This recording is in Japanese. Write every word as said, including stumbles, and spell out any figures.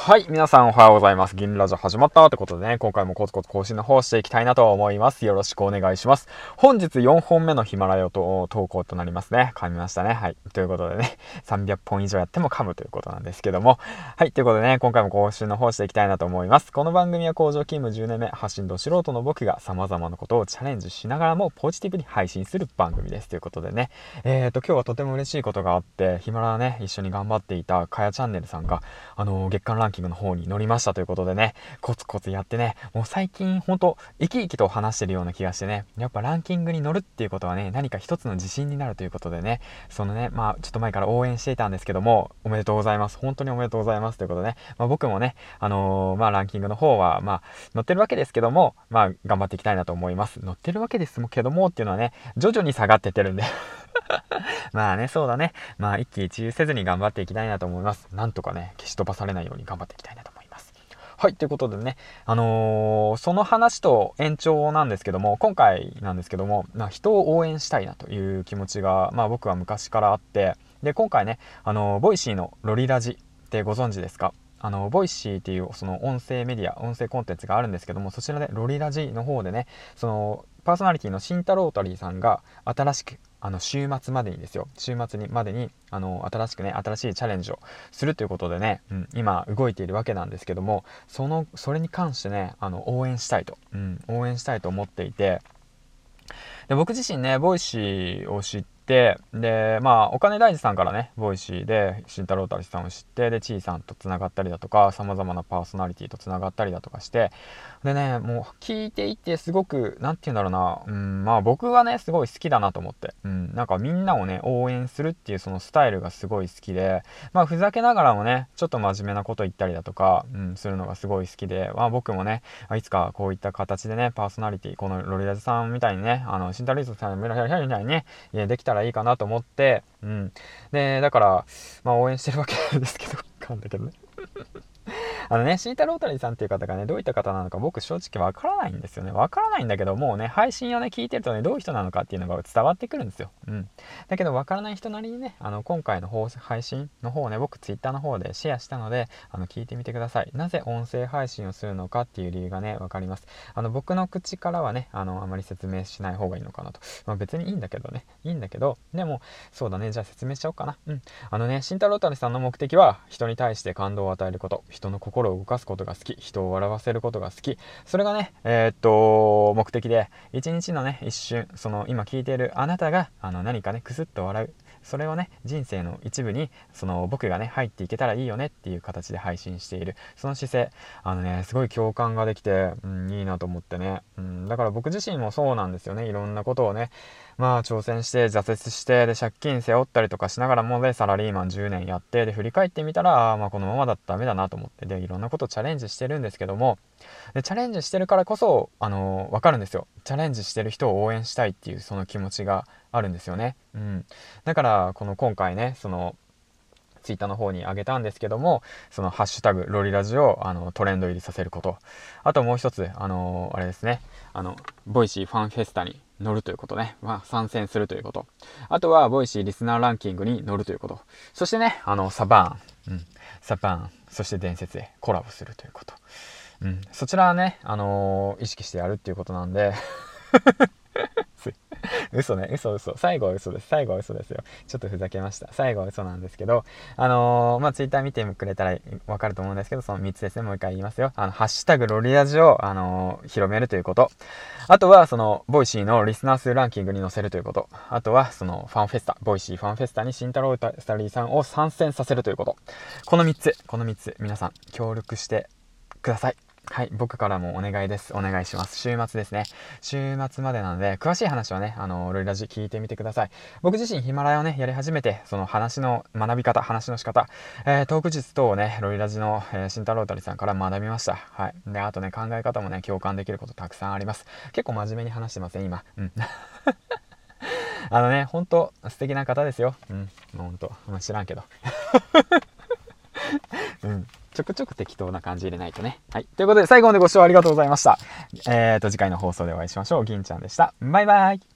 はい、皆さんおはようございます。銀ラジオ始まったってことでね、今回もコツコツ更新の方していきたいなと思います。よろしくお願いします。本日よんほんめのヒマラヤと投稿となりますね。噛みましたね。はい。ということでね、さんびゃっぽん以上やっても噛むということなんですけども。はい。ということでね、今回も更新の方していきたいなと思います。この番組は工場勤務じゅうねんめ、発信ど素人の僕が様々なことをチャレンジしながらもポジティブに配信する番組です。ということでね、えーと、今日はとても嬉しいことがあって、ヒマラヤね、一緒に頑張っていたかやチャンネルさんが、あのー、月間ランキングの方に乗りましたということでね、コツコツやってね、もう最近ほんと生き生きと話してるような気がしてね、やっぱランキングに乗るっていうことはね、何か一つの自信になるということでね、そのね、まあちょっと前から応援していたんですけども、おめでとうございます。本当におめでとうございますということでね、まあ僕もね、あのー、まあランキングの方は、まあ乗ってるわけですけども、まあ頑張っていきたいなと思います。乗ってるわけですけどもっていうのはね、徐々に下がってってるんで。まあね、そうだね。まあ一喜一憂せずに頑張っていきたいなと思います。なんとかね、消し飛ばされないように頑張っていきたいなと思います。はい、ということでね、あのー、その話と延長なんですけども、今回なんですけども、まあ、人を応援したいなという気持ちが、まあ僕は昔からあって、で、今回ね、あのー、ボイシーのロリラジってご存知ですか？あの、ボイシーっていうその音声メディア、音声コンテンツがあるんですけども、そちらでロリラジの方でね、その、パーソナリティの慎太郎タリーさんが新しく、あの、週末までにですよ、週末にまでに、あの、新しくね、新しいチャレンジをするということでね、うん、今動いているわけなんですけども、その、それに関してね、あの、応援したいと、うん、応援したいと思っていて、で、僕自身ね、ボイシーを知って、で、まあ、お金大事さんからね、ボイシーで、慎太郎たりさんを知って、で、ちいさんと繋がったりだとか、様々なパーソナリティと繋がったりだとかして、でね、もう聞いていてすごく、なんて言うんだろうな、うん、まあ僕はね、すごい好きだなと思って、うん、なんかみんなをね、応援するっていうそのスタイルがすごい好きで、まあふざけながらもね、ちょっと真面目なこと言ったりだとか、うん、するのがすごい好きで、まあ僕もね、いつかこういった形でね、パーソナリティ、このロリラジさんみたいにね、あの、慎太郎さんみたいにね、できたらいいかなと思って、うん。で、だから、まあ応援してるわけなんですけど、かんだけどね。あのね、シータロータリーさんっていう方がね、どういった方なのか僕正直わからないんですよね。わからないんだけど、もうね、配信をね、聞いてるとね、どういう人なのかっていうのが伝わってくるんですよ。うん。だけど、わからない人なりにね、あの、今回の放配信の方をね、僕ツイッターの方でシェアしたので、あの、聞いてみてください。なぜ音声配信をするのかっていう理由がね、わかります。あの、僕の口からはね、あの、あまり説明しない方がいいのかなと。まあ別にいいんだけどね、いいんだけど、でも、そうだね、じゃあ説明しちゃおうかな。うん。あのね、慎太郎タリさんの目的は、人に対して感動を与えること、人の心を動かすことが好き、人を笑わせることが好き、それがね、えー、っと、目的で、一日のね、一瞬、その今聞いているあなたが、あの何かね、くすっと笑う、それをね、人生の一部に、その僕がね、入っていけたらいいよねっていう形で配信している、その姿勢、あのね、すごい共感ができて、うん、いいなと思ってね、うん、だから僕自身もそうなんですよね、いろんなことをね、まあ挑戦して挫折してで借金背負ったりとかしながらもねサラリーマンじゅうねんやってで振り返ってみたらあまあこのままだったらダメだなと思ってでいろんなことをチャレンジしてるんですけどもでチャレンジしてるからこそあのー、分かるんですよ。チャレンジしてる人を応援したいっていうその気持ちがあるんですよね。うん。だからこの今回ねそのツイッターの方に上げたんですけども、そのハッシュタグロリラジをあのトレンド入りさせること。あともう一つ、あのー、あれですね、あの、ボイシーファンフェスタに乗るということね。まあ、参戦するということ。あとは、ボイシーリスナーランキングに乗るということ。そしてね、あの、サバーン、うん、サバーン、そして伝説でコラボするということ。うん、そちらはね、あのー、意識してやるっていうことなんで、嘘ね、嘘嘘。最後は嘘です。最後は嘘ですよ。ちょっとふざけました。最後は嘘なんですけど、あのー、まあ、ツイッター見てくれたらわかると思うんですけど、そのみっつですね。もう一回言いますよ。あの、ハッシュタグロリラジを、あのー、広めるということ。あとは、その、ボイシーのリスナー数ランキングに載せるということ。あとは、その、ファンフェスタ、ボイシーファンフェスタに慎太郎スタリーさんを参戦させるということ。このみっつ、このみっつ、皆さん、協力してください。はい、僕からもお願いです。お願いします。週末ですね。週末までなので、詳しい話はね、あの、ロイラジ聞いてみてください。僕自身ヒマラヤをね、やり始めて、その話の学び方、話の仕方、えー、トーク術等をね、ロイラジの、えー、慎太郎たりさんから学びました。はい。で、あとね、考え方もね、共感できることたくさんあります。結構真面目に話してません、今。うん。あのね、ほんと素敵な方ですよ。うん。もうほんと、まあ、知らんけど。うん。ちょくちょく適当な感じ入れないとね。はい。ということで、最後までご視聴ありがとうございました。えーと、次回の放送でお会いしましょう。銀ちゃんでした。バイバイ。